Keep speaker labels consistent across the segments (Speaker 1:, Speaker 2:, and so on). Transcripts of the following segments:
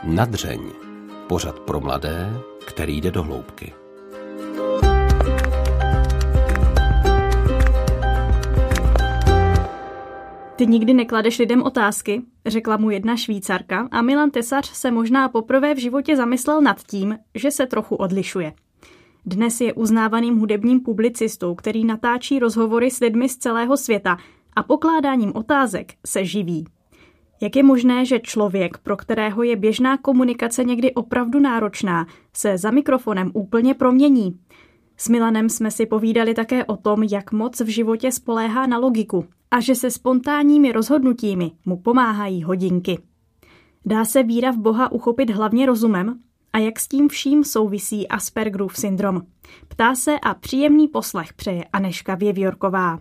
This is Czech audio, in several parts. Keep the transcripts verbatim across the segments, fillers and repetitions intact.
Speaker 1: Nadřeň. Pořad pro mladé, který jde do hloubky.
Speaker 2: Ty nikdy nekladeš lidem otázky, řekla mu jedna Švýcarka a Milan Tesař se možná poprvé v životě zamyslel nad tím, že se trochu odlišuje. Dnes je uznávaným hudebním publicistou, který natáčí rozhovory s lidmi z celého světa a pokládáním otázek se živí. Jak je možné, že člověk, pro kterého je běžná komunikace někdy opravdu náročná, se za mikrofonem úplně promění? S Milanem jsme si povídali také o tom, jak moc v životě spoléhá na logiku a že se spontánními rozhodnutími mu pomáhají hodinky. Dá se víra v Boha uchopit hlavně rozumem? A jak s tím vším souvisí Aspergerův syndrom? Ptá se a příjemný poslech přeje Anežka Věvjorková.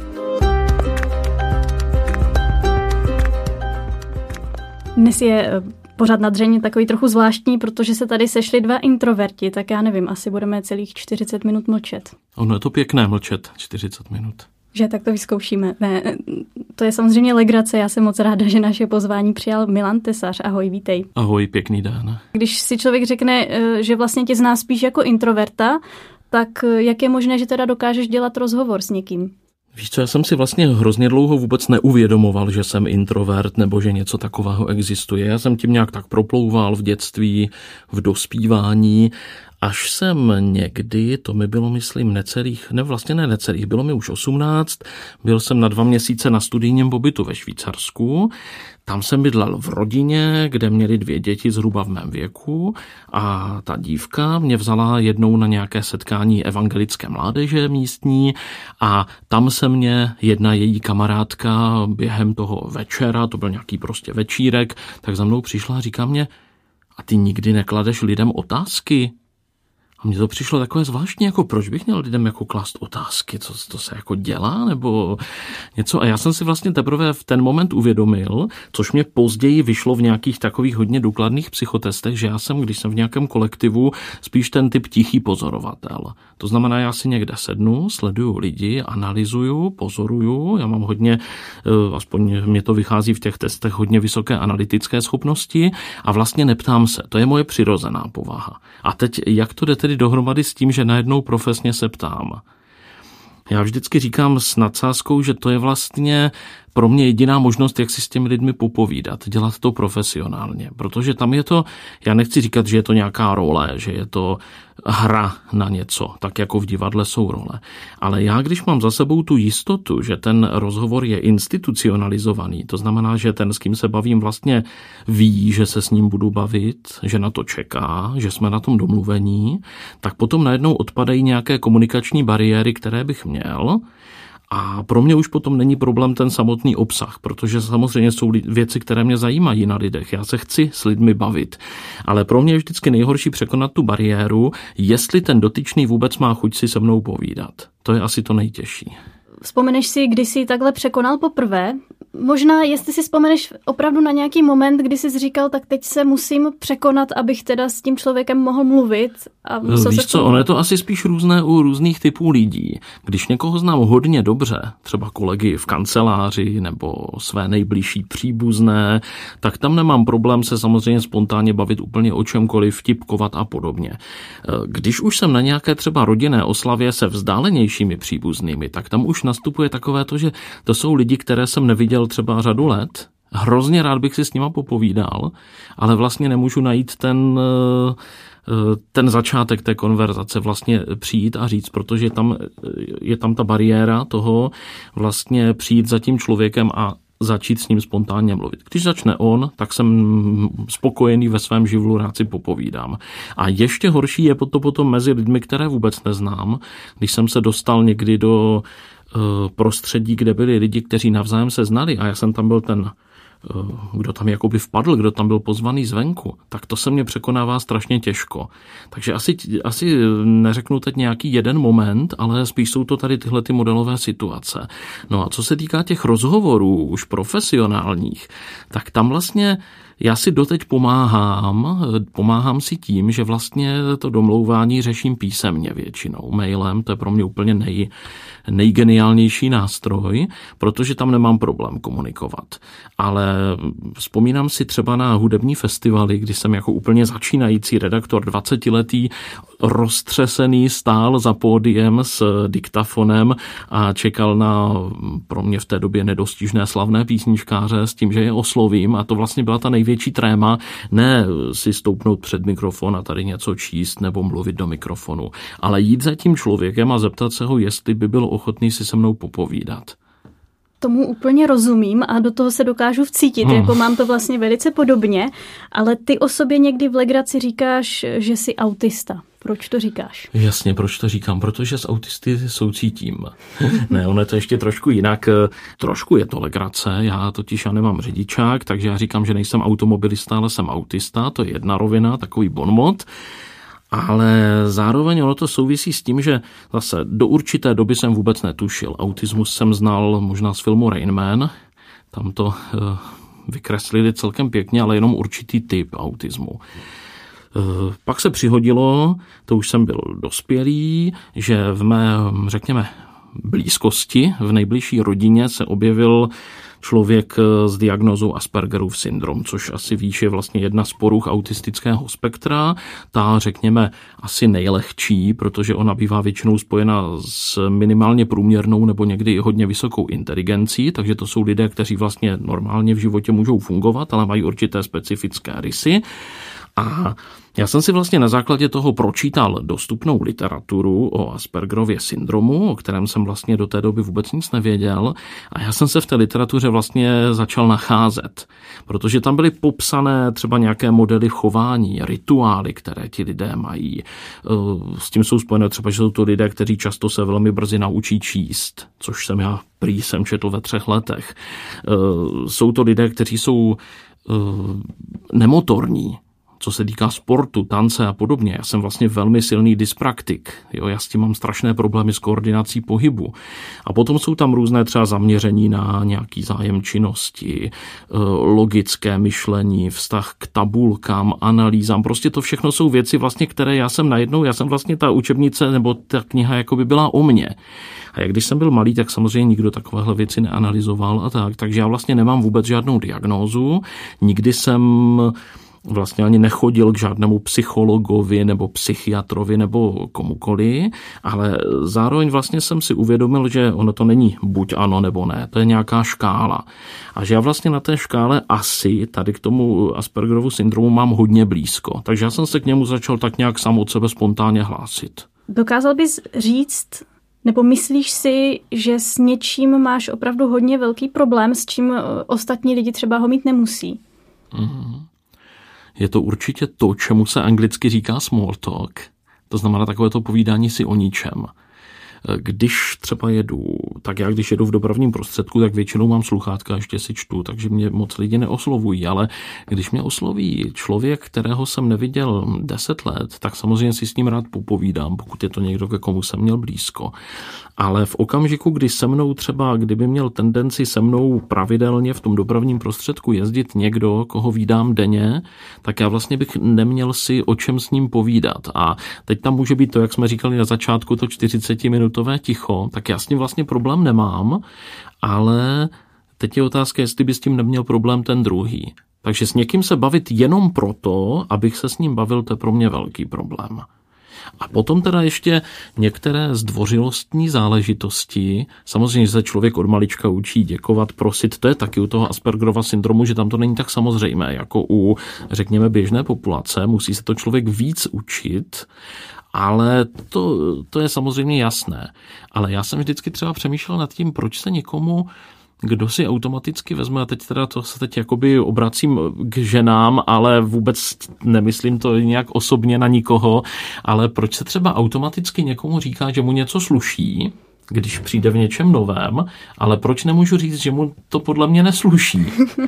Speaker 2: Dnes je pořad Nadřeň takový trochu zvláštní, protože se tady sešli dva introverti, tak já nevím, asi budeme celých čtyřicet minut mlčet.
Speaker 3: Ono je to pěkné mlčet, čtyřicet minut.
Speaker 2: Že tak to vyzkoušíme. Ne, to je samozřejmě legrace, já jsem moc ráda, že naše pozvání přijal Milan Tesař. Ahoj, vítej.
Speaker 3: Ahoj, pěkný den.
Speaker 2: Když si člověk řekne, že vlastně tě zná spíš jako introverta, tak jak je možné, že teda dokážeš dělat rozhovor s někým?
Speaker 3: Víš co, já jsem si vlastně hrozně dlouho vůbec neuvědomoval, že jsem introvert nebo že něco takového existuje. Já jsem tím nějak tak proplouval v dětství, v dospívání, až jsem někdy, to mi bylo myslím necelých, ne vlastně ne necelých, bylo mi už osmnáct, byl jsem na dva měsíce na studijním pobytu ve Švýcarsku. Tam jsem bydlel v rodině, kde měli dvě děti zhruba v mém věku a ta dívka mě vzala jednou na nějaké setkání evangelické mládeže místní a tam se mě jedna její kamarádka během toho večera, to byl nějaký prostě večírek, tak za mnou přišla a říká mě: a ty nikdy nekladeš lidem otázky? A mně to přišlo takové zvláštní, jako proč bych měl lidem jako klást otázky, co to se jako dělá, nebo něco. A já jsem si vlastně teprve v ten moment uvědomil, což mě později vyšlo v nějakých takových hodně důkladných psychotestech, že já jsem, když jsem v nějakém kolektivu, spíš ten typ tichý pozorovatel. To znamená, já si někde sednu, sleduju lidi, analyzuju, pozoruju, já mám hodně, aspoň mě to vychází v těch testech, hodně vysoké analytické schopnosti a vlastně neptám se, to je moje přirozená povaha. A teď, jak to jde tedy dohromady s tím, že najednou profesně se ptám? Já vždycky říkám s nadsázkou, že to je vlastně pro mě jediná možnost, jak si s těmi lidmi popovídat, dělat to profesionálně, protože tam je to, já nechci říkat, že je to nějaká role, že je to hra na něco, tak jako v divadle jsou role, ale já, když mám za sebou tu jistotu, že ten rozhovor je institucionalizovaný, to znamená, že ten, s kým se bavím, vlastně ví, že se s ním budu bavit, že na to čeká, že jsme na tom domluvení, tak potom najednou odpadají nějaké komunikační bariéry, které bych měl. A pro mě už potom není problém ten samotný obsah, protože samozřejmě jsou věci, které mě zajímají na lidech. Já se chci s lidmi bavit, ale pro mě je vždycky nejhorší překonat tu bariéru, jestli ten dotyčný vůbec má chuť si se mnou povídat. To je asi to nejtěžší.
Speaker 2: Vzpomeneš si, kdy jsi takhle překonal poprvé? Možná, jestli si vzpomeneš opravdu na nějaký moment, kdy jsi říkal, tak teď se musím překonat, abych teda s tím člověkem mohl mluvit. A
Speaker 3: Víš se co, ono je to asi spíš různé u různých typů lidí. Když někoho znám hodně dobře, třeba kolegy v kanceláři nebo své nejbližší příbuzné, tak tam nemám problém se samozřejmě spontánně bavit úplně o čemkoliv, vtipkovat a podobně. Když už jsem na nějaké třeba rodinné oslavě se vzdálenějšími příbuznými, tak tam už nastupuje takové to, že to jsou lidi, které jsem neviděl třeba řadu let. Hrozně rád bych si s nima popovídal, ale vlastně nemůžu najít ten, ten začátek té konverzace, vlastně přijít a říct, protože tam je tam ta bariéra toho vlastně přijít za tím člověkem a začít s ním spontánně mluvit. Když začne on, tak jsem spokojený ve svém živlu, rád si popovídám. A ještě horší je to potom mezi lidmi, které vůbec neznám. Když jsem se dostal někdy do prostředí, kde byli lidi, kteří navzájem se znali a já jsem tam byl ten, kdo tam jakoby vpadl, kdo tam byl pozvaný zvenku, tak to se mě překonává strašně těžko. Takže asi, asi neřeknu teď nějaký jeden moment, ale spíš jsou to tady tyhle ty modelové situace. No a co se týká těch rozhovorů už profesionálních, tak tam vlastně já si doteď pomáhám, pomáhám si tím, že vlastně to domlouvání řeším písemně většinou, mailem, to je pro mě úplně nej, nejgeniálnější nástroj, protože tam nemám problém komunikovat. Ale vzpomínám si třeba na hudební festivaly, kdy jsem jako úplně začínající redaktor dvacetiletý roztřesený stál za pódiem s diktafonem a čekal na pro mě v té době nedostižné slavné písničkáře s tím, že je oslovím, a to vlastně byla ta největší tréma, ne si stoupnout před mikrofon a tady něco číst nebo mluvit do mikrofonu, ale jít za tím člověkem a zeptat se ho, jestli by byl ochotný si se mnou popovídat.
Speaker 2: Tomu úplně rozumím a do toho se dokážu vcítit, hmm. jako mám to vlastně velice podobně, ale ty o sobě někdy v legraci říkáš, že jsi autista. Proč to říkáš?
Speaker 3: Jasně, proč to říkám? Protože s autisty soucítím. Ne, ono je to ještě trošku jinak. Trošku je to legrace, já totiž já nemám řidičák, takže já říkám, že nejsem automobilista, ale jsem autista, to je jedna rovina, takový bonmot. Ale zároveň ono to souvisí s tím, že zase do určité doby jsem vůbec netušil. Autismus jsem znal možná z filmu Rain Man, tam to uh, vykreslili celkem pěkně, ale jenom určitý typ autismu. Uh, pak se přihodilo, to už jsem byl dospělý, že v mé, řekněme, blízkosti, v nejbližší rodině se objevil člověk s diagnózou Aspergerův syndrom, což asi víš, je vlastně jedna z poruch autistického spektra. Ta, řekněme, asi nejlehčí, protože ona bývá většinou spojena s minimálně průměrnou nebo někdy i hodně vysokou inteligencí, takže to jsou lidé, kteří vlastně normálně v životě můžou fungovat, ale mají určité specifické rysy. A já jsem si vlastně na základě toho pročítal dostupnou literaturu o Aspergerově syndromu, o kterém jsem vlastně do té doby vůbec nic nevěděl, a já jsem se v té literatuře vlastně začal nacházet, protože tam byly popsané třeba nějaké modely chování, rituály, které ti lidé mají. S tím jsou spojené třeba, že jsou to lidé, kteří často se velmi brzy naučí číst, což jsem já prý jsem četl ve třech letech. Jsou to lidé, kteří jsou nemotorní, co se týká sportu, tance a podobně. Já jsem vlastně velmi silný dyspraktik. Jo, já s tím mám strašné problémy s koordinací pohybu. A potom jsou tam různé třeba zaměření na nějaký zájem činnosti, logické myšlení, vztah k tabulkám, analýzám. Prostě to všechno jsou věci, vlastně, které já jsem najednou, já jsem vlastně ta učebnice nebo ta kniha jako by byla o mně. A jak když jsem byl malý, tak samozřejmě nikdo takovéhle věci neanalyzoval a tak. Takže já vlastně nemám vůbec žádnou diagnózu. Nikdy jsem vlastně ani nechodil k žádnému psychologovi nebo psychiatrovi nebo komukoli, ale zároveň vlastně jsem si uvědomil, že ono to není buď ano nebo ne, to je nějaká škála. A že já vlastně na té škále asi tady k tomu Aspergerovu syndromu mám hodně blízko. Takže já jsem se k němu začal tak nějak sám od sebe spontánně hlásit.
Speaker 2: Dokázal bys říct, nebo myslíš si, že s něčím máš opravdu hodně velký problém, s čím ostatní lidi třeba ho mít nemusí?
Speaker 3: Mhm. Je to určitě to, čemu se anglicky říká small talk. To znamená takové to povídání si o ničem. Když třeba jedu, tak já když jedu v dopravním prostředku, tak většinou mám sluchátka, ještě si čtu, takže mě moc lidi neoslovují, ale když mě osloví člověk, kterého jsem neviděl deset let, tak samozřejmě si s ním rád popovídám, pokud je to někdo, ke komu jsem měl blízko. Ale v okamžiku, kdy se mnou třeba, kdyby měl tendenci se mnou pravidelně v tom dopravním prostředku jezdit někdo, koho vídám denně, tak já vlastně bych neměl si o čem s ním povídat. A teď tam může být to, jak jsme říkali na začátku, to čtyřicetiminutové ticho, tak já s tím vlastně problém nemám, ale teď je otázka, jestli by s tím neměl problém ten druhý. Takže s někým se bavit jenom proto, abych se s ním bavil, to je pro mě velký problém. A potom teda ještě některé zdvořilostní záležitosti. Samozřejmě, že se člověk od malička učí děkovat, prosit. To je taky u toho Aspergerova syndromu, že tam to není tak samozřejmé, jako u, řekněme, běžné populace. Musí se to člověk víc učit, ale to, to je samozřejmě jasné. Ale já jsem vždycky třeba přemýšlel nad tím, proč se někomu, kdo si automaticky vezme, a teď teda to se teď jakoby obracím k ženám, ale vůbec nemyslím to nějak osobně na nikoho, ale proč se třeba automaticky někomu říká, že mu něco sluší, když přijde v něčem novém, ale proč nemůžu říct, že mu to podle mě nesluší?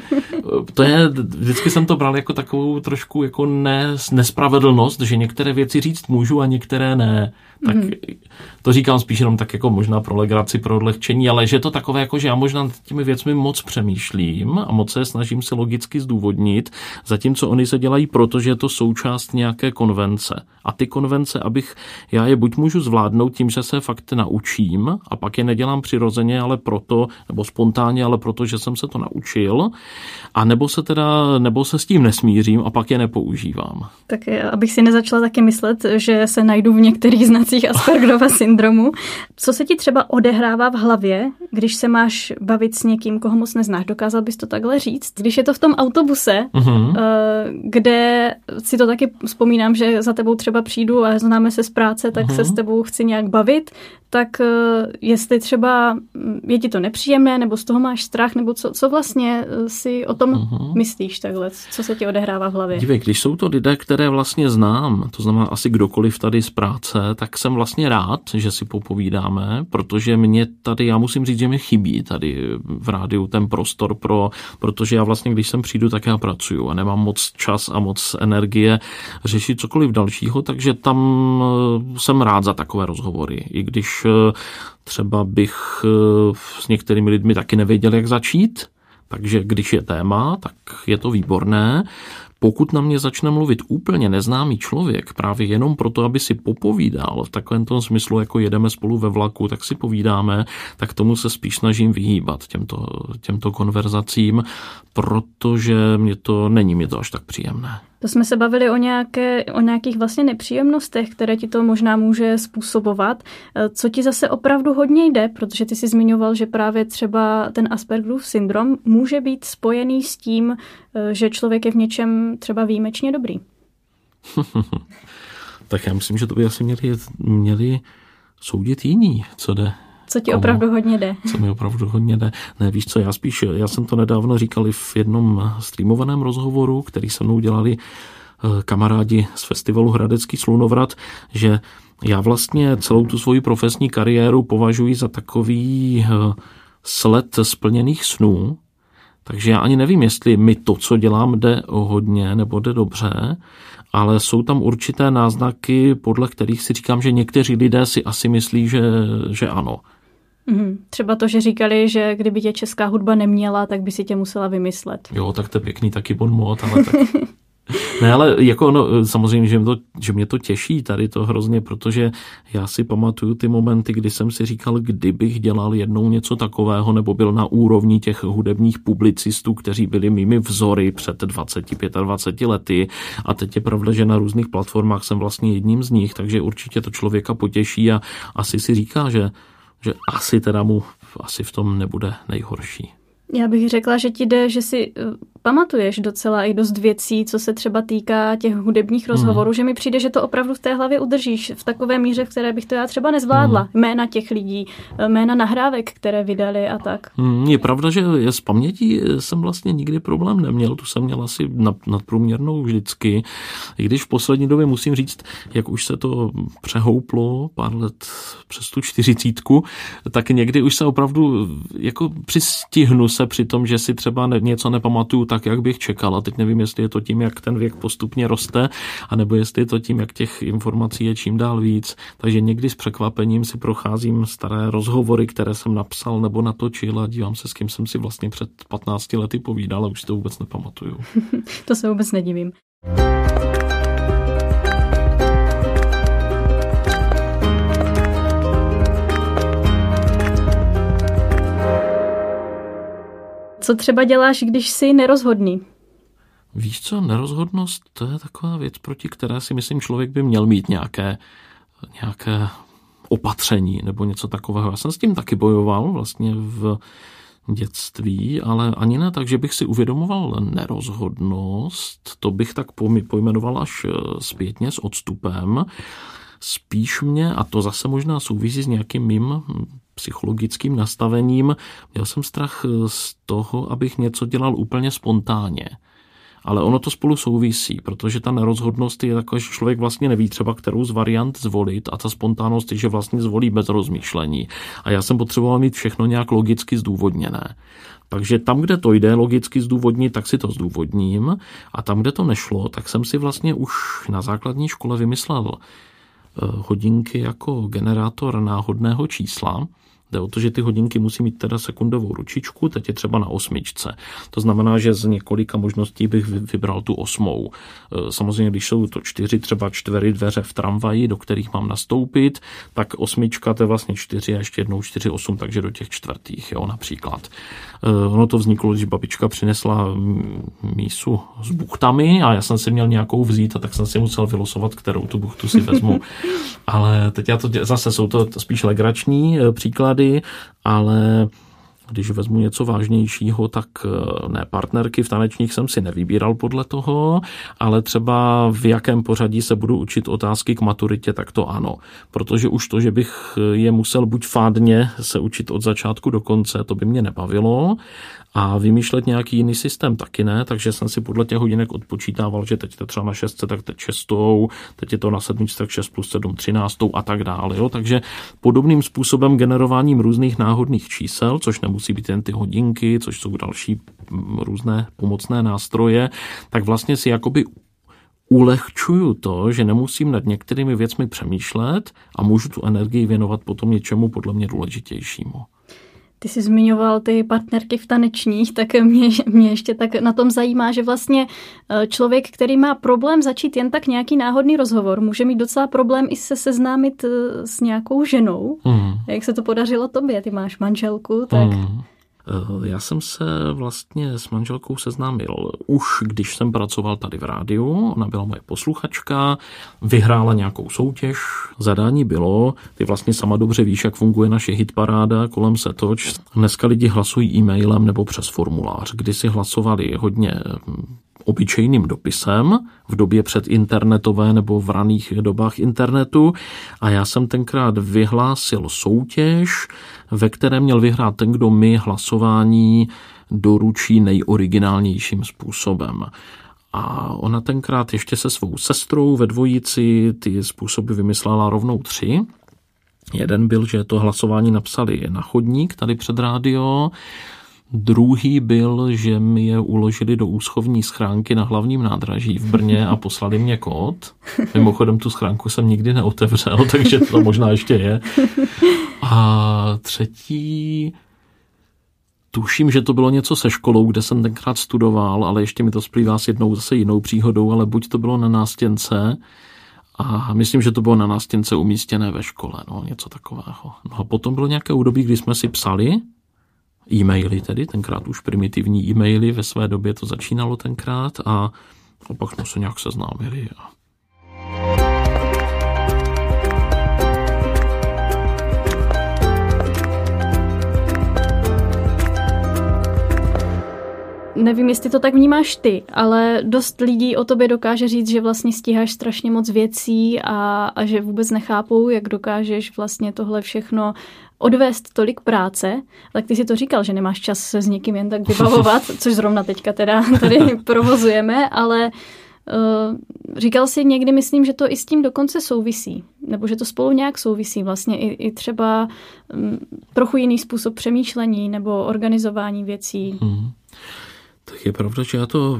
Speaker 3: To je, vždycky jsem to bral jako takovou trošku jako nes, nespravedlnost, že některé věci říct můžu a některé ne. Tak to říkám spíš jenom tak jako možná pro legraci, pro odlehčení, ale že je to takové jako, že já možná nad těmi věcmi moc přemýšlím a moc se snažím si logicky zdůvodnit, zatímco oni se dělají, protože je to součást nějaké konvence. A ty konvence, abych já je buď můžu zvládnout tím, že se fakt naučím, smířím a pak je nedělám přirozeně, ale proto, nebo spontánně, ale proto, že jsem se to naučil, a nebo se teda, nebo se s tím nesmířím a pak je nepoužívám.
Speaker 2: Tak abych si nezačala taky myslet, že se najdu v některých znacích Aspergerova syndromu. Co se ti třeba odehrává v hlavě, když se máš bavit s někým, koho moc neznáš? Dokázal bys to takhle říct? Když je to v tom autobuse, uh-huh. kde si to taky vzpomínám, že za tebou třeba přijdu a známe se z práce, tak uh-huh. se s tebou chci nějak bavit, tak jestli třeba je ti to nepříjemné, nebo z toho máš strach, nebo co, co vlastně si o tom uh-huh. myslíš takhle? Co se ti odehrává v hlavě?
Speaker 3: Dívej, když jsou to lidé, které vlastně znám, to znamená asi kdokoliv tady z práce, tak jsem vlastně rád, že si popovídáme, protože mě tady, já musím říct, že mi chybí tady v rádiu ten prostor pro, protože já vlastně, když sem přijdu, tak já pracuju a nemám moc čas a moc energie řešit cokoliv dalšího, takže tam jsem rád za takové rozhovory, i když třeba bych s některými lidmi taky nevěděl, jak začít, takže když je téma, tak je to výborné. Pokud na mě začne mluvit úplně neznámý člověk, právě jenom proto, aby si popovídal, v takovém tom smyslu, jako jedeme spolu ve vlaku, tak si povídáme, tak tomu se spíš snažím vyhýbat těmto, těmto konverzacím, protože mě to, není mi to až tak příjemné.
Speaker 2: To jsme se bavili o, nějaké, o nějakých vlastně nepříjemnostech, které ti to možná může způsobovat. Co ti zase opravdu hodně jde, protože ty jsi zmiňoval, že právě třeba ten Aspergerův syndrom může být spojený s tím, že člověk je v něčem třeba výjimečně dobrý.
Speaker 3: Tak já myslím, že to by asi měli, měli soudit jiní, co jde.
Speaker 2: Co ti opravdu hodně jde?
Speaker 3: Co mi opravdu hodně jde. Ne, víš co, já spíš, já jsem to nedávno říkal i v jednom streamovaném rozhovoru, který se mnou dělali kamarádi z festivalu Hradecký slunovrat, že já vlastně celou tu svoji profesní kariéru považuji za takový sled splněných snů, takže já ani nevím, jestli mi to, co dělám, jde hodně nebo jde dobře, ale jsou tam určité náznaky, podle kterých si říkám, že někteří lidé si asi myslí, že, že ano.
Speaker 2: Mm, třeba to, že říkali, že kdyby tě česká hudba neměla, tak by si tě musela vymyslet.
Speaker 3: Jo, tak to je pěkný taky bonmot, ale tak... Ne, ale jako no, samozřejmě, že mě, to, že mě to těší tady to hrozně, protože já si pamatuju ty momenty, kdy jsem si říkal, kdybych dělal jednou něco takového, nebo byl na úrovni těch hudebních publicistů, kteří byli mými vzory před dvaceti, dvaceti pěti lety, a teď je pravda, že na různých platformách jsem vlastně jedním z nich, takže určitě to člověka potěší a asi si říká, že, že asi teda mu asi v tom nebude nejhorší.
Speaker 2: Já bych řekla, že ti jde, že si pamatuješ docela i dost věcí, co se třeba týká těch hudebních rozhovorů, mm. že mi přijde, že to opravdu v té hlavě udržíš v takové míře, v které bych to já třeba nezvládla. Mm. Jména těch lidí, jména nahrávek, které vydali a tak.
Speaker 3: Mm, je pravda, že s pamětí jsem vlastně nikdy problém neměl, tu jsem měl asi nad, nadprůměrnou vždycky. I když v poslední době musím říct, jak už se to přehouplo pár let přes tu čtyřicítku, tak někdy už se opravdu jako přistihnu se při tom, že si třeba ne, něco nepamatuju tak, jak bych čekal. A teď nevím, jestli je to tím, jak ten věk postupně roste, anebo jestli je to tím, jak těch informací je čím dál víc. Takže někdy s překvapením si procházím staré rozhovory, které jsem napsal nebo natočil a dívám se, s kým jsem si vlastně před patnácti lety povídal a už si to vůbec nepamatuju.
Speaker 2: To se vůbec nedivím. Co třeba děláš, když jsi nerozhodný?
Speaker 3: Víš co, nerozhodnost, to je taková věc, proti které si myslím, člověk by měl mít nějaké, nějaké opatření nebo něco takového. Já jsem s tím taky bojoval vlastně v dětství, ale ani ne tak, že bych si uvědomoval nerozhodnost, to bych tak pojmenoval až zpětně s odstupem. Spíš mě, a to zase možná souvisí s nějakým mým psychologickým nastavením, měl jsem strach z toho, abych něco dělal úplně spontánně. Ale ono to spolu souvisí, protože ta nerozhodnost je taková, že člověk vlastně neví třeba, kterou z variant zvolit, a ta spontánnost je, že vlastně zvolí bez rozmýšlení. A já jsem potřeboval mít všechno nějak logicky zdůvodněné. Takže tam, kde to jde logicky zdůvodnit, tak si to zdůvodním. A tam, kde to nešlo, tak jsem si vlastně už na základní škole vymyslel hodinky jako generátor náhodného čísla. Jde o to, že ty hodinky musí mít teda sekundovou ručičku, teď je třeba na osmičce. To znamená, že z několika možností bych vybral tu osmou. Samozřejmě, když jsou to čtyři, třeba čtyři dveře v tramvaji, do kterých mám nastoupit, tak osmička to je vlastně čtyři a ještě jednou čtyři, osm, takže do těch čtvrtých, jo, například. Ono to vzniklo, když babička přinesla mísu s buchtami a já jsem si měl nějakou vzít a tak jsem si musel vylosovat, kterou tu buchtu si vezmu. Ale teď já to dě... zase jsou to spíš legrační příklady, ale když vezmu něco vážnějšího, tak ne, partnerky v tanečních jsem si nevybíral podle toho, ale třeba v jakém pořadí se budu učit otázky k maturitě, tak to ano. Protože už to, že bych je musel buď fádně se učit od začátku do konce, to by mě nebavilo, a vymýšlet nějaký jiný systém taky ne, takže jsem si podle těch hodinek odpočítával, že teď to třeba na šestce, tak teď šestou, teď je to na sedmičce, tak šest plus sedm, třináctou a tak dále. Jo? Takže podobným způsobem generováním různých náhodných čísel, což nemusí být jen ty hodinky, což jsou další různé pomocné nástroje, tak vlastně si jakoby ulehčuju to, že nemusím nad některými věcmi přemýšlet a můžu tu energii věnovat potom něčemu podle mě důležitějšímu.
Speaker 2: Ty jsi zmiňoval ty partnerky v tanečních, tak mě, mě ještě tak na tom zajímá, že vlastně člověk, který má problém začít jen tak nějaký náhodný rozhovor, může mít docela problém i se seznámit s nějakou ženou. Mm. Jak se to podařilo tobě? Ty máš manželku, tak... Mm.
Speaker 3: Já jsem se vlastně s manželkou seznámil už, když jsem pracoval tady v rádiu. Ona byla moje posluchačka, vyhrála nějakou soutěž. Zadání bylo, ty vlastně sama dobře víš, jak funguje naše hitparáda, kolem se toč. Dneska lidi hlasují e-mailem nebo přes formulář. Kdysi hlasovali hodně obyčejným dopisem v době předinternetové nebo v raných dobách internetu a já jsem tenkrát vyhlásil soutěž, ve které měl vyhrát ten, kdo mi hlasování doručí nejoriginálnějším způsobem. A ona tenkrát ještě se svou sestrou ve dvojici ty způsoby vymyslela rovnou tři. Jeden byl, že to hlasování napsali na chodník tady před rádio. Druhý byl, že mi je uložili do úschovní schránky na Hlavním nádraží v Brně a poslali mě kód. Mimochodem tu schránku jsem nikdy neotevřel, takže to možná ještě je. A třetí, tuším, že to bylo něco se školou, kde jsem tenkrát studoval, ale ještě mi to splývá s jednou zase jinou příhodou, ale buď to bylo na nástěnce, a myslím, že to bylo na nástěnce umístěné ve škole, no, něco takového. No a potom bylo nějaké období, kdy jsme si psali, e-maily tedy, tenkrát už primitivní e-maily, ve své době to začínalo tenkrát a, a pak jsme se nějak seznámili. A...
Speaker 2: Nevím, jestli to tak vnímáš ty, ale dost lidí o tobě dokáže říct, že vlastně stíháš strašně moc věcí a, a že vůbec nechápou, jak dokážeš vlastně tohle všechno odvést tolik práce. Tak ty si to říkal, že nemáš čas se s někým jen tak vybavovat, což zrovna teďka teda tady provozujeme, ale uh, říkal si někdy, myslím, že to i s tím dokonce souvisí. Nebo že to spolu nějak souvisí vlastně i, i třeba um, trochu jiný způsob přemýšlení nebo organizování věcí.
Speaker 3: Hmm. Tak je pravda, že já to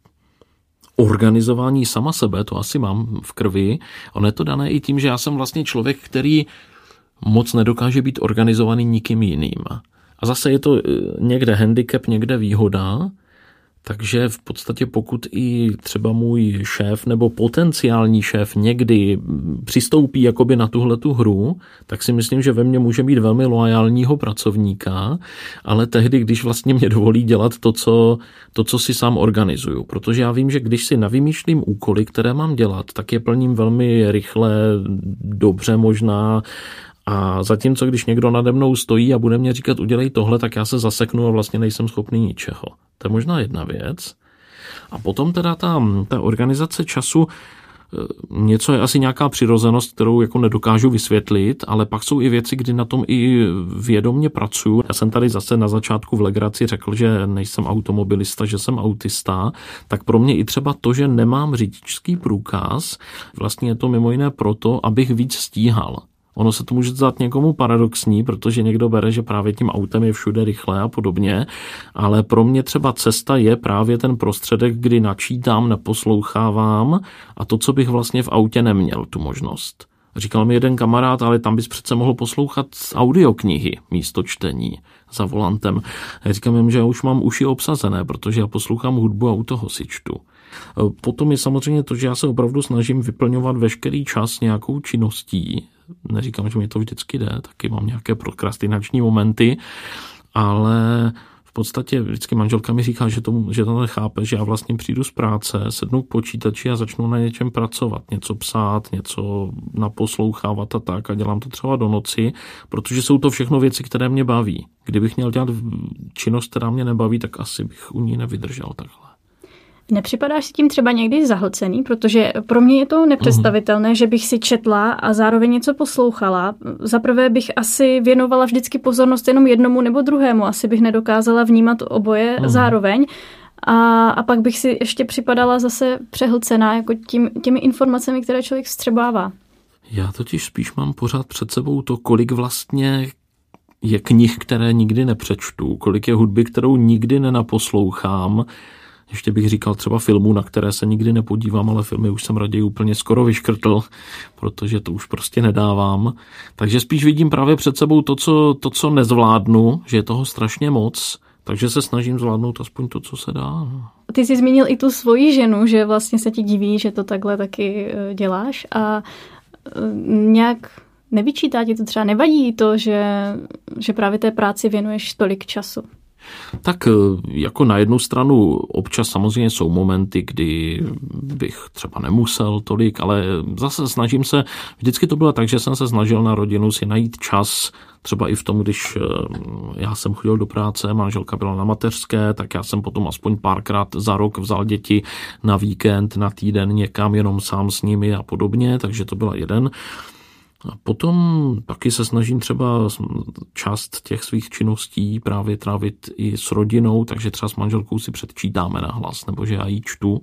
Speaker 3: organizování sama sebe, to asi mám v krvi. Ono je to dané i tím, že já jsem vlastně člověk, který moc nedokáže být organizovaný nikým jiným. A zase je to někde handicap, někde výhoda, takže v podstatě pokud i třeba můj šéf nebo potenciální šéf někdy přistoupí jakoby na tuhletu hru, tak si myslím, že ve mně může mít velmi loajálního pracovníka, ale tehdy, když vlastně mě dovolí dělat to, co, to, co si sám organizuju. Protože já vím, že když si navymýšlím úkoly, které mám dělat, tak je plním velmi rychle, dobře možná. A zatímco, když někdo nade mnou stojí a bude mě říkat, udělej tohle, tak já se zaseknu a vlastně nejsem schopný ničeho. To je možná jedna věc. A potom teda ta, ta organizace času, něco je asi nějaká přirozenost, kterou jako nedokážu vysvětlit, ale pak jsou i věci, kdy na tom i vědomně pracuju. Já jsem tady zase na začátku v legraci řekl, že nejsem automobilista, že jsem autista, tak pro mě i třeba to, že nemám řidičský průkaz, vlastně je to mimo jiné proto, abych víc stíhal. Ono se to může zdát někomu paradoxní, protože někdo bere, že právě tím autem je všude rychle a podobně, ale pro mě třeba cesta je právě ten prostředek, kdy načítám, neposlouchávám a to, co bych vlastně v autě neměl, tu možnost. Říkal mi jeden kamarád, ale tam bys přece mohl poslouchat audioknihy místo čtení za volantem. Já říkám jim, že já už mám uši obsazené, protože já poslouchám hudbu a u toho si čtu. Potom je samozřejmě to, že já se opravdu snažím vyplňovat veškerý čas nějakou činností. Neříkám, že mi to vždycky jde, taky mám nějaké prokrastinační momenty, ale v podstatě vždycky manželka mi říká, že to, že to nechápe, že já vlastně přijdu z práce, sednu k počítači a začnu na něčem pracovat, něco psát, něco naposlouchávat a tak a dělám to třeba do noci, protože jsou to všechno věci, které mě baví. Kdybych měl dělat činnost, která mě nebaví, tak asi bych u ní nevydržel takhle.
Speaker 2: Nepřipadáš si tím třeba někdy zahlcený? Protože pro mě je to nepředstavitelné, mm. že bych si četla a zároveň něco poslouchala. Zaprvé bych asi věnovala vždycky pozornost jenom jednomu nebo druhému. Asi bych nedokázala vnímat oboje mm. zároveň. A, a pak bych si ještě připadala zase přehlcená jako tím, těmi informacemi, které člověk vstřebává.
Speaker 3: Já totiž spíš mám pořád před sebou to, kolik vlastně je knih, které nikdy nepřečtu, kolik je hudby, kterou nikdy nenaposlouchám. Ještě bych říkal třeba filmů, na které se nikdy nepodívám, ale filmy už jsem raději úplně skoro vyškrtl, protože to už prostě nedávám. Takže spíš vidím právě před sebou to, co, to, co nezvládnu, že je toho strašně moc, takže se snažím zvládnout aspoň to, co se dá.
Speaker 2: Ty jsi zmínil i tu svoji ženu, že vlastně se ti diví, že to takhle taky děláš a nějak nevyčítá ti to, třeba nevadí to, že, že právě té práci věnuješ tolik času?
Speaker 3: Tak jako na jednu stranu občas samozřejmě jsou momenty, kdy bych třeba nemusel tolik, ale zase snažím se, vždycky to bylo tak, že jsem se snažil na rodinu si najít čas, třeba i v tom, když já jsem chodil do práce, manželka byla na mateřské, tak já jsem potom aspoň párkrát za rok vzal děti na víkend, na týden někam jenom sám s nimi a podobně, takže to byla jeden. A potom taky se snažím třeba část těch svých činností právě trávit i s rodinou, takže třeba s manželkou si předčítáme na hlas, nebo že já jí čtu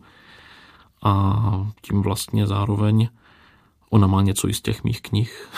Speaker 3: a tím vlastně zároveň ona má něco i z těch mých knih.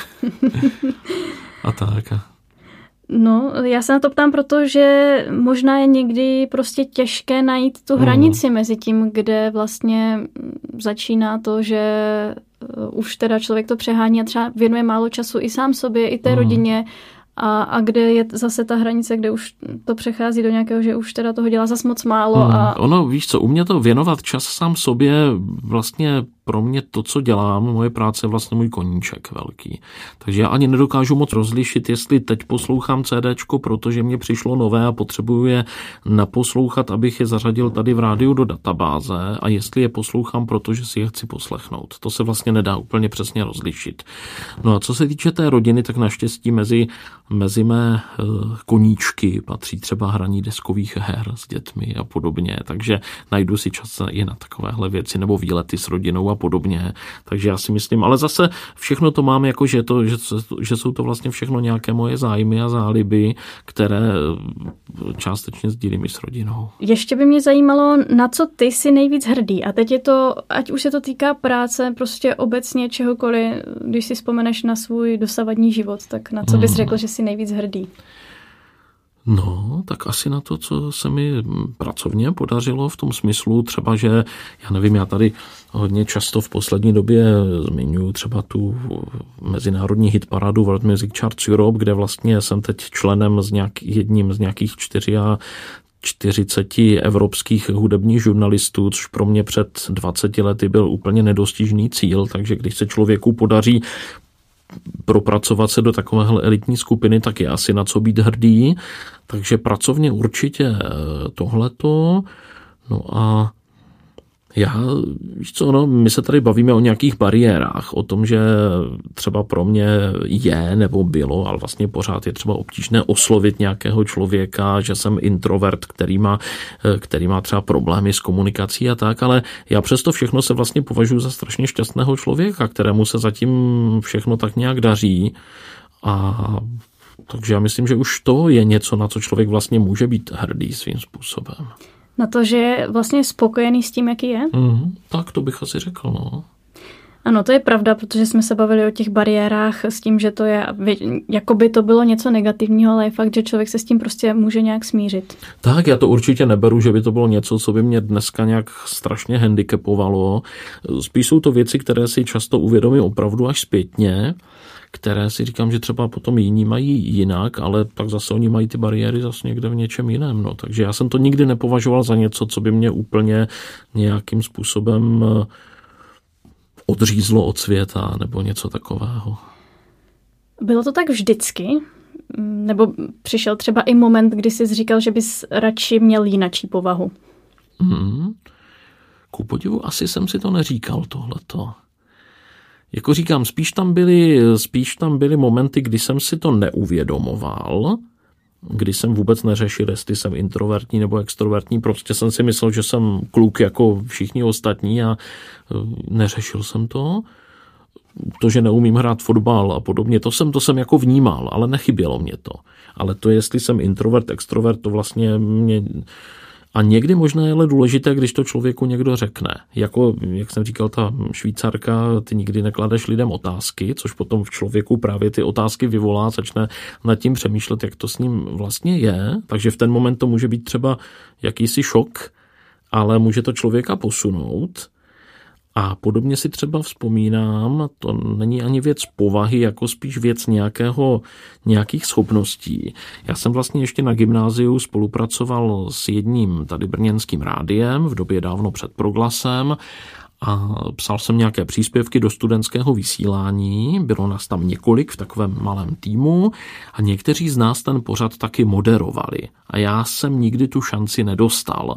Speaker 3: A tak.
Speaker 2: No, já se na to ptám, protože možná je někdy prostě těžké najít tu hranici mm. mezi tím, kde vlastně začíná to, že už teda člověk to přehání a třeba věnuje málo času i sám sobě, i té mm. rodině a, a kde je zase ta hranice, kde už to přechází do nějakého, že už teda toho dělá zas moc málo. Mm. A...
Speaker 3: Ono, víš co, u mě to věnovat čas sám sobě vlastně pro mě to, co dělám, moje práce je vlastně můj koníček velký. Takže já ani nedokážu moc rozlišit, jestli teď poslouchám CDčko, protože mě přišlo nové a potřebuju je naposlouchat, abych je zařadil tady v rádiu do databáze a jestli je poslouchám, protože si je chci poslechnout. To se vlastně nedá úplně přesně rozlišit. No a co se týče té rodiny, tak naštěstí mezi, mezi mé koníčky patří třeba hraní deskových her s dětmi a podobně, takže najdu si čas i na takovéhle věci nebo výlety s rodinou a podobně. Takže já si myslím, ale zase všechno to mám jako, že, to, že, že jsou to vlastně všechno nějaké moje zájmy a záliby, které částečně sdílím i s rodinou.
Speaker 2: Ještě by mě zajímalo, na co ty jsi nejvíc hrdý. A teď je to, ať už se to týká práce, prostě obecně čehokoliv, když si vzpomeneš na svůj dosavadní život, tak na co bys řekl, že jsi nejvíc hrdý?
Speaker 3: No, tak asi na to, co se mi pracovně podařilo v tom smyslu, třeba, že, já nevím, já tady hodně často v poslední době zmiňuji třeba tu mezinárodní hitparádu World Music Charts Europe, kde vlastně jsem teď členem z nějak, jedním z nějakých čtyři a čtyřiceti evropských hudebních žurnalistů, což pro mě před dvaceti lety byl úplně nedostižný cíl, takže když se člověku podaří propracovat se do takovéhle elitní skupiny, tak je asi na co být hrdý. Takže pracovně určitě tohleto. No a já, víš co, no, my se tady bavíme o nějakých bariérách, o tom, že třeba pro mě je nebo bylo, ale vlastně pořád je třeba obtížné oslovit nějakého člověka, že jsem introvert, který má, který má třeba problémy s komunikací a tak, ale já přesto všechno se vlastně považuji za strašně šťastného člověka, kterému se zatím všechno tak nějak daří. A takže já myslím, že už to je něco, na co člověk vlastně může být hrdý svým způsobem.
Speaker 2: Na to, že je vlastně spokojený s tím, jaký je?
Speaker 3: Mm, tak to bych asi řekl, no.
Speaker 2: Ano, to je pravda, protože jsme se bavili o těch bariérách s tím, že to je, jako by to bylo něco negativního, ale je fakt, že člověk se s tím prostě může nějak smířit.
Speaker 3: Tak, já to určitě neberu, že by to bylo něco, co by mě dneska nějak strašně handicapovalo. Spíš jsou to věci, které si často uvědomím opravdu až zpětně, které si říkám, že třeba potom jiní mají jinak, ale tak zase oni mají ty bariéry zase někde v něčem jiném. No. Takže já jsem to nikdy nepovažoval za něco, co by mě úplně nějakým způsobem odřízlo od světa nebo něco takového.
Speaker 2: Bylo to tak vždycky? Nebo přišel třeba i moment, kdy jsi říkal, že bys radši měl jinačí povahu?
Speaker 3: Hmm. Ku podivu asi jsem si to neříkal tohleto. Jako říkám, spíš tam byly, spíš tam byly momenty, kdy jsem si to neuvědomoval, kdy jsem vůbec neřešil, jestli jsem introvertní nebo extrovertní. Prostě jsem si myslel, že jsem kluk jako všichni ostatní a neřešil jsem to. To, že neumím hrát fotbal a podobně, to jsem, to jsem jako vnímal, ale nechybělo mě to. Ale to, jestli jsem introvert, extrovert, to vlastně mě... A někdy možná je ale důležité, když to člověku někdo řekne. Jako, jak jsem říkal, ta Švýcarka, ty nikdy nekladeš lidem otázky, což potom v člověku právě ty otázky vyvolá, začne nad tím přemýšlet, jak to s ním vlastně je. Takže v ten moment to může být třeba jakýsi šok, ale může to člověka posunout. A podobně si třeba vzpomínám, to není ani věc povahy, jako spíš věc nějakého, nějakých schopností. Já jsem vlastně ještě na gymnáziu spolupracoval s jedním tady brněnským rádiem v době dávno před Proglasem a psal jsem nějaké příspěvky do studentského vysílání. Bylo nás tam několik v takovém malém týmu a někteří z nás ten pořad taky moderovali. A já jsem nikdy tu šanci nedostal.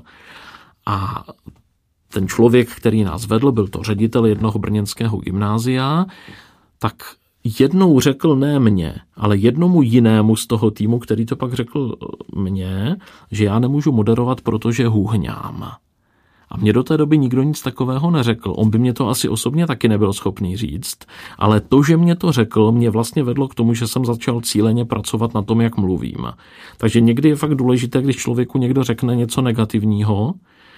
Speaker 3: A ten člověk, který nás vedl, byl to ředitel jednoho brněnského gymnázia, tak jednou řekl ne mně, ale jednomu jinému z toho týmu, který to pak řekl mně, že já nemůžu moderovat, protože hůhňám. A mě do té doby nikdo nic takového neřekl. On by mě to asi osobně taky nebyl schopný říct, ale to, že mě to řekl, mě vlastně vedlo k tomu, že jsem začal cíleně pracovat na tom, jak mluvím. Takže někdy je fakt důležité, když člověku někdo řekne něco negativního,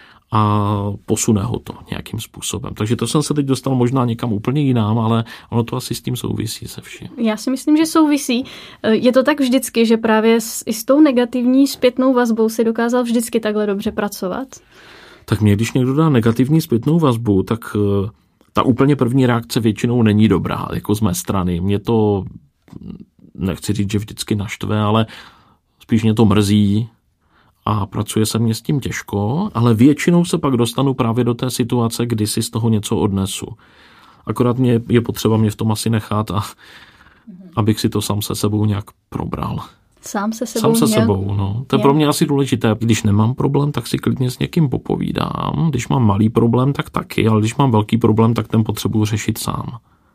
Speaker 3: a posune ho to nějakým způsobem. Takže to jsem se teď dostal možná někam úplně jinam, ale ono to asi s tím souvisí se vším.
Speaker 2: Já si myslím, že souvisí. Je to tak vždycky, že právě s, i s tou negativní zpětnou vazbou si dokázal vždycky takhle dobře pracovat?
Speaker 3: Tak mě, když někdo dá negativní zpětnou vazbu, tak ta úplně první reakce většinou není dobrá, jako z mé strany. Mě to, nechci říct, že vždycky naštve, ale spíš mě to mrzí, a pracuje se mě s tím těžko, ale většinou se pak dostanu právě do té situace, kdy si z toho něco odnesu. Akorát mě je potřeba mě v tom asi nechat, a abych si to sám se sebou nějak probral.
Speaker 2: Sám se sebou
Speaker 3: Sám se
Speaker 2: měl...
Speaker 3: sebou, no. To je pro mě asi důležité. Když nemám problém, tak si klidně s někým popovídám. Když mám malý problém, tak taky, ale když mám velký problém, tak ten potřebuji řešit sám.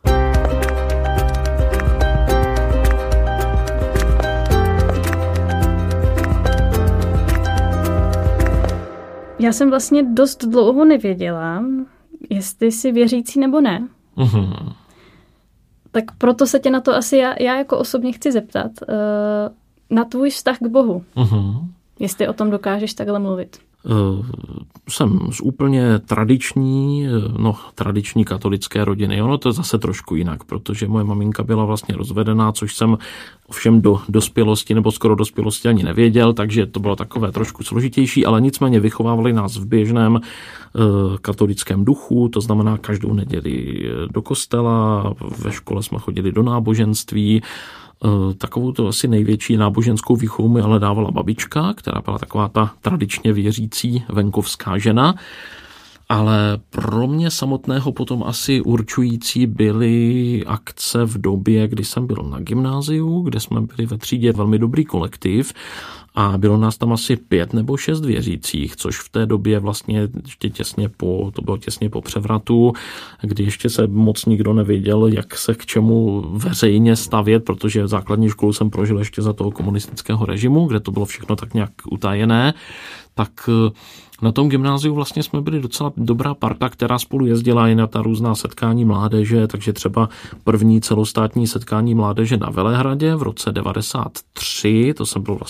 Speaker 2: Já jsem vlastně dost dlouho nevěděla, jestli jsi věřící nebo ne.
Speaker 3: Uhum.
Speaker 2: Tak proto se tě na to asi já, já jako osobně chci zeptat. Na tvůj vztah k Bohu.
Speaker 3: Uhum.
Speaker 2: Jestli o tom dokážeš takhle mluvit.
Speaker 3: Uh, jsem z úplně tradiční, no tradiční katolické rodiny. Ono to je zase trošku jinak, protože moje maminka byla vlastně rozvedená, což jsem ovšem do dospělosti nebo skoro dospělosti ani nevěděl, takže to bylo takové trošku složitější, ale nicméně vychovávali nás v běžném uh, katolickém duchu, to znamená každou neděli do kostela, ve škole jsme chodili do náboženství. Takovou to asi největší náboženskou výchovu mi ale dávala babička, která byla taková ta tradičně věřící venkovská žena. Ale pro mě samotného potom asi určující byly akce v době, kdy jsem byl na gymnáziu, kde jsme byli ve třídě velmi dobrý kolektiv a bylo nás tam asi pět nebo šest věřících, což v té době vlastně ještě těsně po, to bylo těsně po převratu, kdy ještě se moc nikdo nevěděl, jak se k čemu veřejně stavět, protože základní školu jsem prožil ještě za toho komunistického režimu, kde to bylo všechno tak nějak utajené, tak na tom gymnáziu vlastně jsme byli docela dobrá parta, která spolu jezdila i na ta různá setkání mládeže, takže třeba první celostátní setkání mládeže na Velehradě v roce devadesát tři, to jsem byl vlastně na Prahu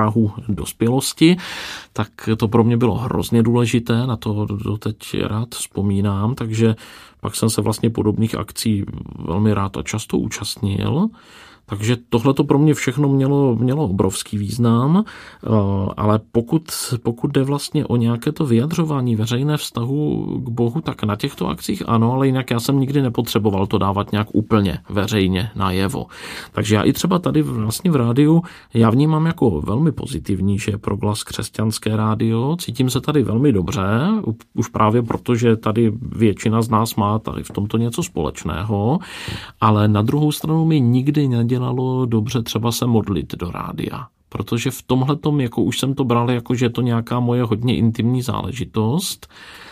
Speaker 3: prahu dospělosti, tak to pro mě bylo hrozně důležité, na to doteď rád vzpomínám, takže pak jsem se vlastně podobných akcí velmi rád a často účastnil. Takže tohle to pro mě všechno mělo, mělo obrovský význam, ale pokud, pokud jde vlastně o nějaké to vyjadřování veřejné vztahu k Bohu, tak na těchto akcích ano, ale jinak já jsem nikdy nepotřeboval to dávat nějak úplně veřejně najevo. Takže já i třeba tady vlastně v rádiu, já vnímám jako velmi pozitivní, že je Proglas křesťanské rádio, cítím se tady velmi dobře, už právě proto, že tady většina z nás má tady v tomto něco společného, ale na druhou stranu mi nikdy nedělalo dobře třeba se modlit do rádia. Protože v tomhletom, jako už jsem to bral, jako že je to nějaká moje hodně intimní záležitost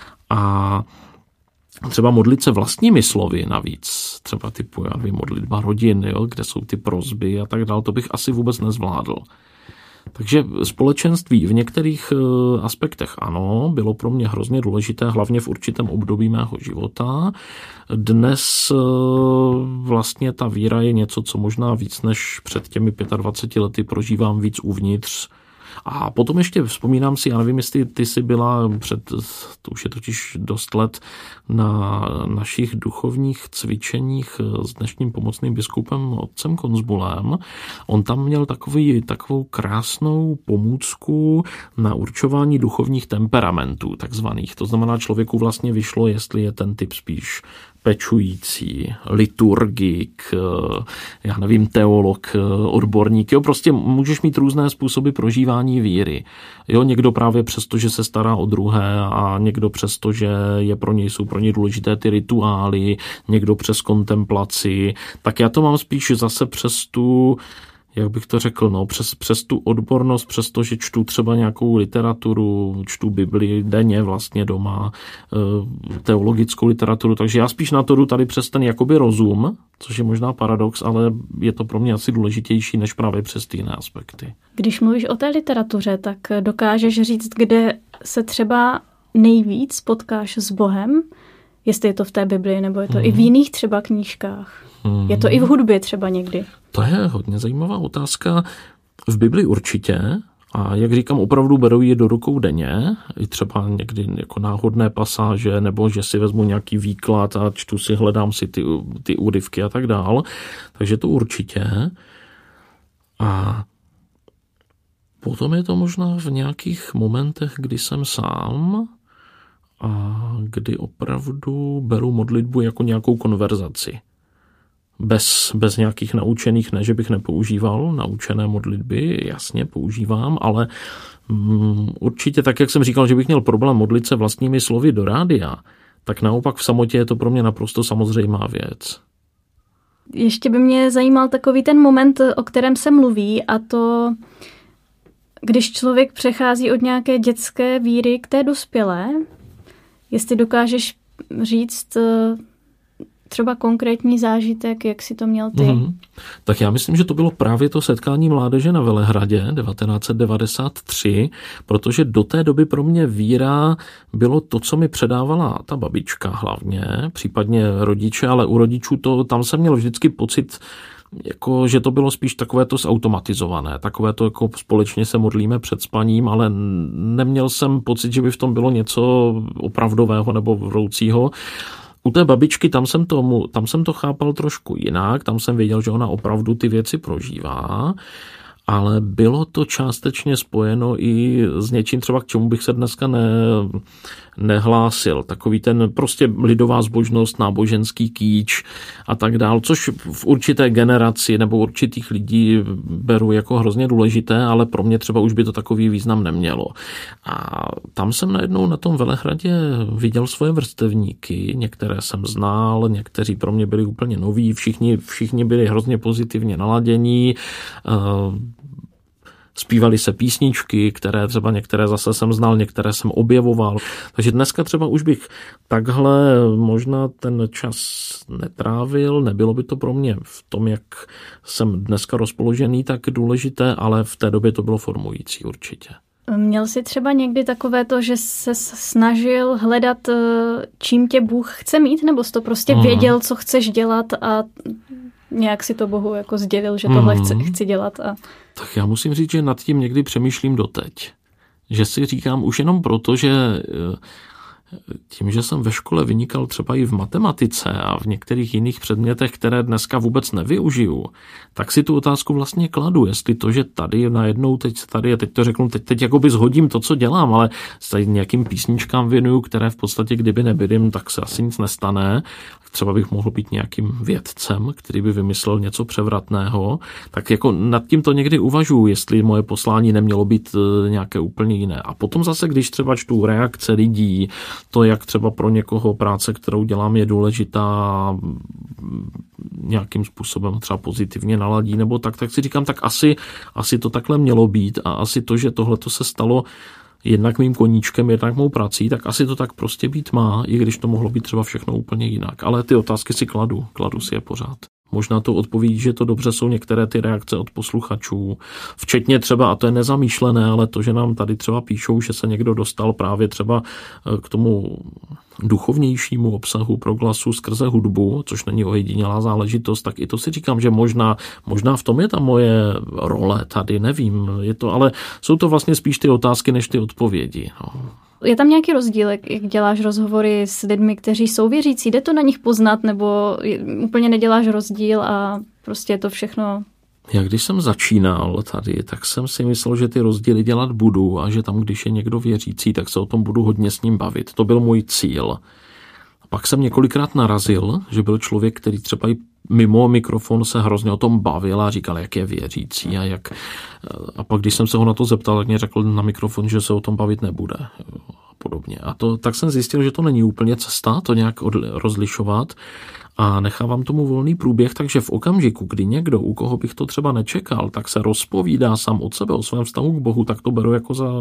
Speaker 3: a třeba modlit se vlastními slovy navíc, třeba typu, já nevím, modlitba rodin, jo, kde jsou ty prosby a tak dále, to bych asi vůbec nezvládl. Takže společenství v některých aspektech ano, bylo pro mě hrozně důležité, hlavně v určitém období mého života. Dnes vlastně ta víra je něco, co možná víc než před těmi dvaceti pěti lety prožívám víc uvnitř. A potom ještě vzpomínám si, já nevím, jestli ty jsi byla před, to už je totiž dost let, na našich duchovních cvičeních s dnešním pomocným biskupem otcem Konzbulem. On tam měl takový, takovou krásnou pomůcku na určování duchovních temperamentů, takzvaných. To znamená, člověku vlastně vyšlo, jestli je ten typ spíš pečující, liturgik, já nevím, teolog, odborník. Jo, prostě můžeš mít různé způsoby prožívání víry. Jo, někdo právě přesto, že se stará o druhé a někdo přesto, že je pro něj, jsou pro něj důležité ty rituály, někdo přes kontemplaci. Tak já to mám spíš zase přes tu, jak bych to řekl, no, přes, přes tu odbornost, přes to, že čtu třeba nějakou literaturu, čtu Bibli denně vlastně doma, teologickou literaturu, takže já spíš na to jdu tady přes ten jakoby rozum, což je možná paradox, ale je to pro mě asi důležitější než právě přes ty jiné aspekty.
Speaker 2: Když mluvíš o té literatuře, tak dokážeš říct, kde se třeba nejvíc potkáš s Bohem, jestli je to v té Bibli, nebo je to hmm. i v jiných třeba knížkách. Hmm. Je to i v hudbě třeba někdy.
Speaker 3: To je hodně zajímavá otázka. V Bibli určitě. A jak říkám, opravdu beru ji do rukou denně. I třeba někdy jako náhodné pasáže, nebo že si vezmu nějaký výklad a čtu si, hledám si ty, ty úryvky a tak dál. Takže to určitě. A potom je to možná v nějakých momentech, kdy jsem sám a kdy opravdu beru modlitbu jako nějakou konverzaci. Bez, bez nějakých naučených, ne, že bych nepoužíval naučené modlitby, jasně používám, ale mm, určitě tak, jak jsem říkal, že bych měl problém modlit se vlastními slovy do rádia, tak naopak v samotě je to pro mě naprosto samozřejmá věc.
Speaker 2: Ještě by mě zajímal takový ten moment, o kterém se mluví, a to, když člověk přechází od nějaké dětské víry k té dospělé, jestli dokážeš říct třeba konkrétní zážitek, jak si to měl ty? Mm-hmm.
Speaker 3: Tak já myslím, že to bylo právě to setkání mládeže na Velehradě devatenáct set devadesát tři, protože do té doby pro mě víra bylo to, co mi předávala ta babička hlavně, případně rodiče, ale u rodičů to, tam jsem měl vždycky pocit, jako, že to bylo spíš takové to zautomatizované, takové to jako společně se modlíme před spaním, ale neměl jsem pocit, že by v tom bylo něco opravdového nebo vroucího. U té babičky tam jsem, tomu, tam jsem to chápal trošku jinak, tam jsem věděl, že ona opravdu ty věci prožívá, ale bylo to částečně spojeno i s něčím třeba, k čemu bych se dneska ne, nehlásil. Takový ten prostě lidová zbožnost, náboženský kýč a tak dál, což v určité generaci nebo určitých lidí beru jako hrozně důležité, ale pro mě třeba už by to takový význam nemělo. A tam jsem najednou na tom Velehradě viděl svoje vrstevníky, některé jsem znal, někteří pro mě byli úplně noví, všichni, všichni byli hrozně pozitivně naladění, zpívali se písničky, které třeba některé zase jsem znal, některé jsem objevoval. Takže dneska třeba už bych takhle možná ten čas netrávil, nebylo by to pro mě v tom, jak jsem dneska rozpoložený, tak důležité, ale v té době to bylo formující určitě.
Speaker 2: Měl jsi třeba někdy takové to, že se snažil hledat, čím tě Bůh chce mít, nebo jsi to prostě věděl, co chceš dělat a Nějak si to Bohu jako sdělil, že tohle hmm. chci, chci dělat. A...
Speaker 3: Tak já musím říct, že nad tím někdy přemýšlím doteď. Že si říkám už jenom proto, že tím, že jsem ve škole vynikal třeba i v matematice a v některých jiných předmětech, které dneska vůbec nevyužiju, tak si tu otázku vlastně kladu, jestli to, že tady najednou teď tady, teď to řeknu, teď, teď jakoby zhodím to, co dělám, ale tady nějakým písničkám věnuju, které v podstatě kdyby nebyly, tak se asi nic nestane. Třeba bych mohl být nějakým vědcem, který by vymyslel něco převratného, tak jako nad tím to někdy uvažuji, jestli moje poslání nemělo být nějaké úplně jiné. A potom zase, když třeba čtu reakce lidí, to, jak třeba pro někoho práce, kterou dělám, je důležitá, nějakým způsobem třeba pozitivně naladí, nebo tak, tak si říkám, tak asi, asi to takhle mělo být a asi to, že tohleto se stalo jednak mým koníčkem, jednak mou prací, tak asi to tak prostě být má, i když to mohlo být třeba všechno úplně jinak. Ale ty otázky si kladu, kladu si je pořád. Možná to odpoví, že to dobře jsou některé ty reakce od posluchačů, včetně třeba, a to je nezamýšlené, ale to, že nám tady třeba píšou, že se někdo dostal právě třeba k tomu duchovnějšímu obsahu Proglasu skrze hudbu, což není ojedinělá záležitost, tak i to si říkám, že možná, možná v tom je ta moje role tady, nevím, je to, ale jsou to vlastně spíš ty otázky, než ty odpovědi. No.
Speaker 2: Je tam nějaký rozdíl, jak děláš rozhovory s lidmi, kteří jsou věřící? Jde to na nich poznat, nebo úplně neděláš rozdíl a prostě je to všechno?
Speaker 3: Já když jsem začínal tady, tak jsem si myslel, že ty rozdíly dělat budu a že tam, když je někdo věřící, tak se o tom budu hodně s ním bavit. To byl můj cíl. A pak jsem několikrát narazil, že byl člověk, který třeba i mimo mikrofon se hrozně o tom bavil a říkal, jak je věřící a jak... A pak, když jsem se ho na to zeptal, tak mě řekl na mikrofon, že se o tom bavit nebude. A podobně. A to, tak jsem zjistil, že to není úplně cesta, to nějak od, rozlišovat a nechávám tomu volný průběh, takže v okamžiku, kdy někdo, u koho bych to třeba nečekal, tak se rozpovídá sám od sebe o svém vztahu k Bohu, tak to beru jako za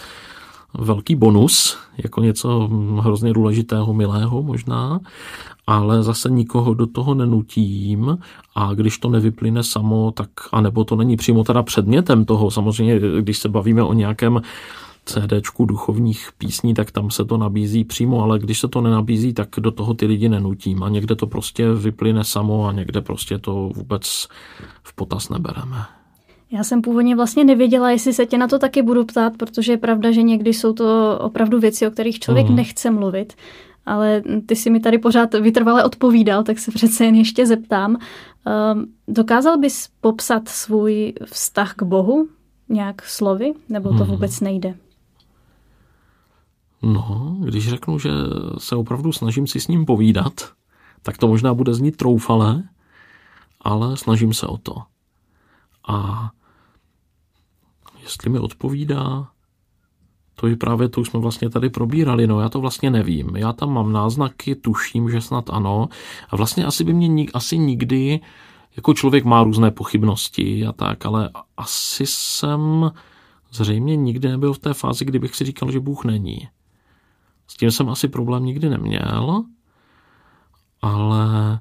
Speaker 3: velký bonus, jako něco hrozně důležitého, milého možná, ale zase nikoho do toho nenutím a když to nevyplyne samo, tak anebo to není přímo teda předmětem toho, samozřejmě, když se bavíme o nějakém CDčku duchovních písní, tak tam se to nabízí přímo, ale když se to nenabízí, tak do toho ty lidi nenutím a někde to prostě vyplyne samo a někde prostě to vůbec v potaz nebereme.
Speaker 2: Já jsem původně vlastně nevěděla, jestli se tě na to taky budu ptát, protože je pravda, že někdy jsou to opravdu věci, o kterých člověk mm. nechce mluvit, ale ty si mi tady pořád vytrvale odpovídal, tak se přece jen ještě zeptám. Um, dokázal bys popsat svůj vztah k Bohu nějak slovy, nebo to mm. vůbec nejde?
Speaker 3: No, když řeknu, že se opravdu snažím si s ním povídat, tak to možná bude znít troufale, ale snažím se o to. A jestli mi odpovídá, to je právě to, už jsme vlastně tady probírali, no já to vlastně nevím. Já tam mám náznaky, tuším, že snad ano. A vlastně asi by mě nik, asi nikdy, jako člověk má různé pochybnosti a tak, ale asi jsem zřejmě nikdy nebyl v té fázi, kdybych si říkal, že Bůh není. S tím jsem asi problém nikdy neměl, ale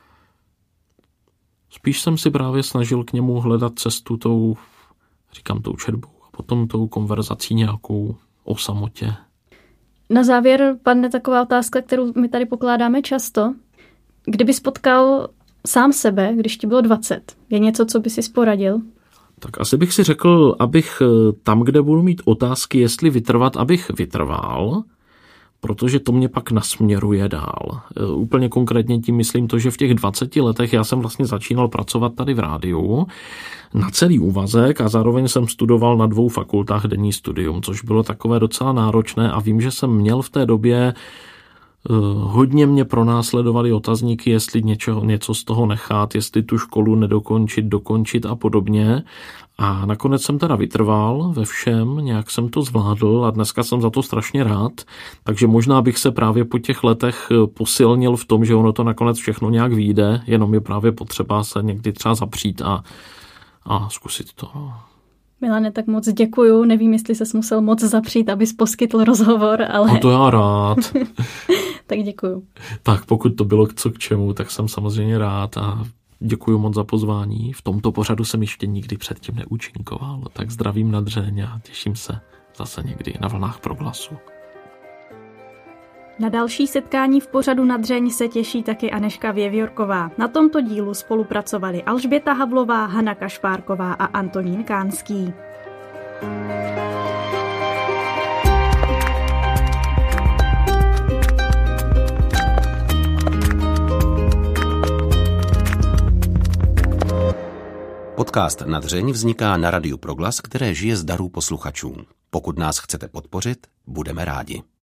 Speaker 3: spíš jsem si právě snažil k němu hledat cestu tou, říkám tou četbou a potom tou konverzací nějakou o samotě.
Speaker 2: Na závěr padne taková otázka, kterou my tady pokládáme často. Kdyby potkal sám sebe, když ti bylo dvacet, je něco, co by si poradil?
Speaker 3: Tak asi bych si řekl, abych tam, kde budu mít otázky, jestli vytrvat, abych vytrval, protože to mě pak nasměruje dál. Úplně konkrétně tím myslím to, že v těch dvaceti letech já jsem vlastně začínal pracovat tady v rádiu na celý úvazek a zároveň jsem studoval na dvou fakultách denní studium, což bylo takové docela náročné a vím, že jsem měl v té době hodně mě pronásledovali otazníky, jestli něčeho, něco z toho nechat, jestli tu školu nedokončit, dokončit a podobně. A nakonec jsem teda vytrval ve všem, nějak jsem to zvládl a dneska jsem za to strašně rád. Takže možná bych se právě po těch letech posilnil v tom, že ono to nakonec všechno nějak vyjde, jenom je právě potřeba se někdy třeba zapřít a, a zkusit to.
Speaker 2: Milane, tak moc děkuju. Nevím, jestli ses musel moc zapřít, abys poskytl rozhovor, ale...
Speaker 3: A to já rád.
Speaker 2: Tak děkuju.
Speaker 3: Tak pokud to bylo co k čemu, tak jsem samozřejmě rád a děkuju moc za pozvání. V tomto pořadu jsem ještě nikdy předtím neúčinkoval, tak zdravím na dřeň a těším se zase někdy na vlnách Proglasu.
Speaker 2: Na další setkání v pořadu Na dřeň se těší taky Anežka Věvjorková. Na tomto dílu spolupracovali Alžběta Havlová, Hana Kašpárková a Antonín Kánský.
Speaker 1: Podcast Na dřeň vzniká na Radiu Proglas, které žije z darů posluchačů. Pokud nás chcete podpořit, budeme rádi.